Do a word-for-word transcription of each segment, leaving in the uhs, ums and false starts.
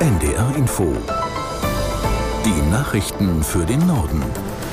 N D R Info. Die Nachrichten für den Norden.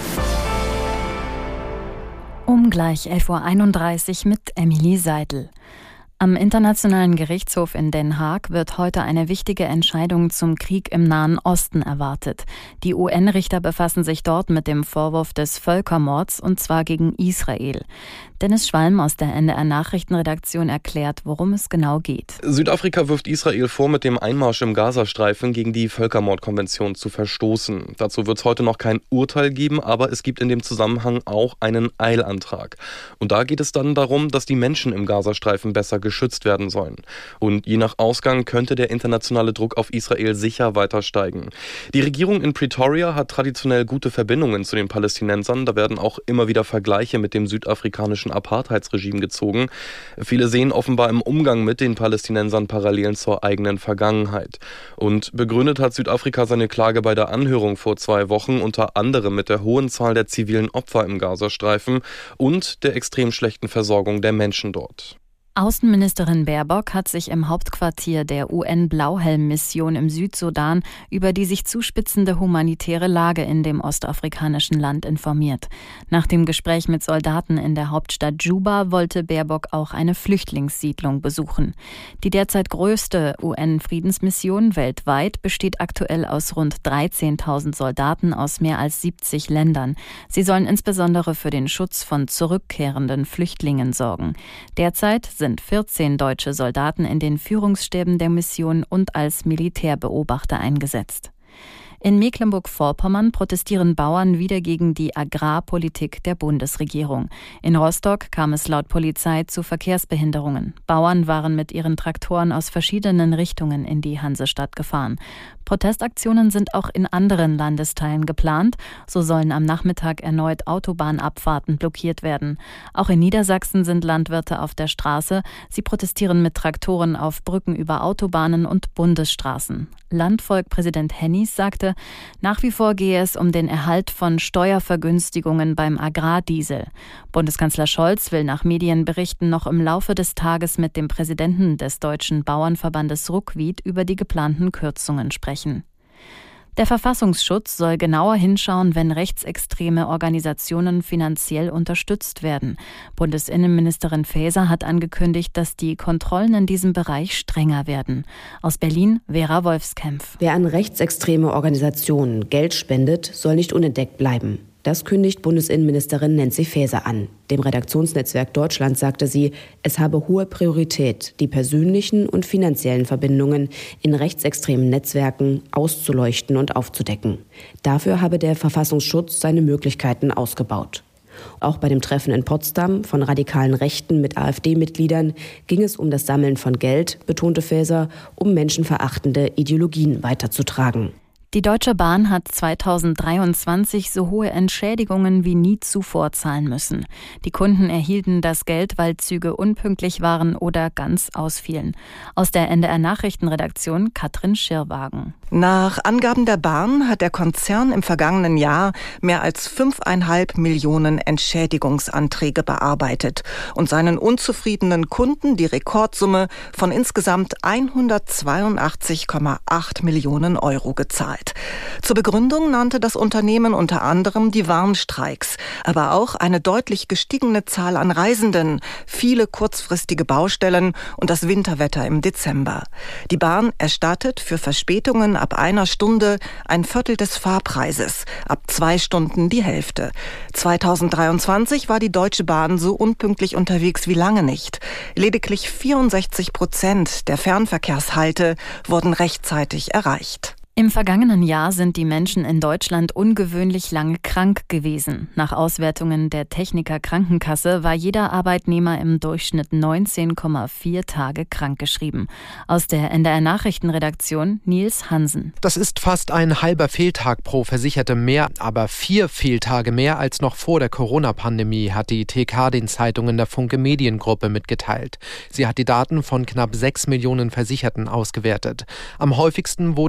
Um gleich elf Uhr einunddreißig mit Emilie Seidel. Am Internationalen Gerichtshof in Den Haag wird heute eine wichtige Entscheidung zum Krieg im Nahen Osten erwartet. Die U N-Richter befassen sich dort mit dem Vorwurf des Völkermords, und zwar gegen Israel. Dennis Schwalm aus der N D R-Nachrichtenredaktion erklärt, worum es genau geht. Südafrika wirft Israel vor, mit dem Einmarsch im Gazastreifen gegen die Völkermordkonvention zu verstoßen. Dazu wird es heute noch kein Urteil geben, aber es gibt in dem Zusammenhang auch einen Eilantrag. Und da geht es dann darum, dass die Menschen im Gazastreifen besser geschützt werden sollen. Und je nach Ausgang könnte der internationale Druck auf Israel sicher weiter steigen. Die Regierung in Pretoria hat traditionell gute Verbindungen zu den Palästinensern. Da werden auch immer wieder Vergleiche mit dem südafrikanischen Apartheidsregime gezogen. Viele sehen offenbar im Umgang mit den Palästinensern Parallelen zur eigenen Vergangenheit. Und begründet hat Südafrika seine Klage bei der Anhörung vor zwei Wochen unter anderem mit der hohen Zahl der zivilen Opfer im Gazastreifen und der extrem schlechten Versorgung der Menschen dort. Außenministerin Baerbock hat sich im Hauptquartier der U N-Blauhelm-Mission im Südsudan über die sich zuspitzende humanitäre Lage in dem ostafrikanischen Land informiert. Nach dem Gespräch mit Soldaten in der Hauptstadt Juba wollte Baerbock auch eine Flüchtlingssiedlung besuchen. Die derzeit größte U N-Friedensmission weltweit besteht aktuell aus rund dreizehntausend Soldaten aus mehr als siebzig Ländern. Sie sollen insbesondere für den Schutz von zurückkehrenden Flüchtlingen sorgen. Derzeit sind vierzehn deutsche Soldaten in den Führungsstäben der Mission und als Militärbeobachter eingesetzt. In Mecklenburg-Vorpommern protestieren Bauern wieder gegen die Agrarpolitik der Bundesregierung. In Rostock kam es laut Polizei zu Verkehrsbehinderungen. Bauern waren mit ihren Traktoren aus verschiedenen Richtungen in die Hansestadt gefahren. Protestaktionen sind auch in anderen Landesteilen geplant. So sollen am Nachmittag erneut Autobahnabfahrten blockiert werden. Auch in Niedersachsen sind Landwirte auf der Straße. Sie protestieren mit Traktoren auf Brücken über Autobahnen und Bundesstraßen. Landvolk-Präsident Hennies sagte, nach wie vor gehe es um den Erhalt von Steuervergünstigungen beim Agrardiesel. Bundeskanzler Scholz will nach Medienberichten noch im Laufe des Tages mit dem Präsidenten des Deutschen Bauernverbandes Ruckwied über die geplanten Kürzungen sprechen. Der Verfassungsschutz soll genauer hinschauen, wenn rechtsextreme Organisationen finanziell unterstützt werden. Bundesinnenministerin Faeser hat angekündigt, dass die Kontrollen in diesem Bereich strenger werden. Aus Berlin, Vera Wolfskämpf. Wer an rechtsextreme Organisationen Geld spendet, soll nicht unentdeckt bleiben. Das kündigt Bundesinnenministerin Nancy Faeser an. Dem Redaktionsnetzwerk Deutschland sagte sie, es habe hohe Priorität, die persönlichen und finanziellen Verbindungen in rechtsextremen Netzwerken auszuleuchten und aufzudecken. Dafür habe der Verfassungsschutz seine Möglichkeiten ausgebaut. Auch bei dem Treffen in Potsdam von radikalen Rechten mit AfD-Mitgliedern ging es um das Sammeln von Geld, betonte Faeser, um menschenverachtende Ideologien weiterzutragen. Die Deutsche Bahn hat zweitausenddreiundzwanzig so hohe Entschädigungen wie nie zuvor zahlen müssen. Die Kunden erhielten das Geld, weil Züge unpünktlich waren oder ganz ausfielen. Aus der N D R-Nachrichtenredaktion Katrin Schirwagen. Nach Angaben der Bahn hat der Konzern im vergangenen Jahr mehr als fünfeinhalb Millionen Entschädigungsanträge bearbeitet und seinen unzufriedenen Kunden die Rekordsumme von insgesamt hundertzweiundachtzig Komma acht Millionen Euro gezahlt. Zur Begründung nannte das Unternehmen unter anderem die Warnstreiks, aber auch eine deutlich gestiegene Zahl an Reisenden, viele kurzfristige Baustellen und das Winterwetter im Dezember. Die Bahn erstattet für Verspätungen ab einer Stunde ein Viertel des Fahrpreises, ab zwei Stunden die Hälfte. zweitausenddreiundzwanzig war die Deutsche Bahn so unpünktlich unterwegs wie lange nicht. Lediglich vierundsechzig Prozent der Fernverkehrshalte wurden rechtzeitig erreicht. Im vergangenen Jahr sind die Menschen in Deutschland ungewöhnlich lange krank gewesen. Nach Auswertungen der Techniker Krankenkasse war jeder Arbeitnehmer im Durchschnitt neunzehn Komma vier Tage krankgeschrieben. Aus der N D R-Nachrichtenredaktion Nils Hansen. Das ist fast ein halber Fehltag pro Versicherte mehr, aber vier Fehltage mehr als noch vor der Corona-Pandemie, hat die T K den Zeitungen der Funke Mediengruppe mitgeteilt. Sie hat die Daten von knapp sechs Millionen Versicherten ausgewertet. Am häufigsten wurden die Menschen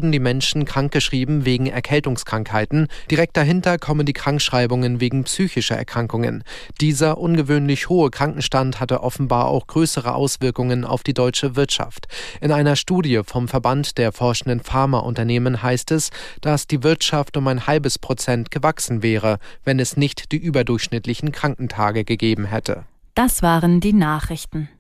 Menschen krankgeschrieben wegen Erkältungskrankheiten. Direkt dahinter kommen die Krankschreibungen wegen psychischer Erkrankungen. Dieser ungewöhnlich hohe Krankenstand hatte offenbar auch größere Auswirkungen auf die deutsche Wirtschaft. In einer Studie vom Verband der forschenden Pharmaunternehmen heißt es, dass die Wirtschaft um ein halbes Prozent gewachsen wäre, wenn es nicht die überdurchschnittlichen Krankentage gegeben hätte. Das waren die Nachrichten.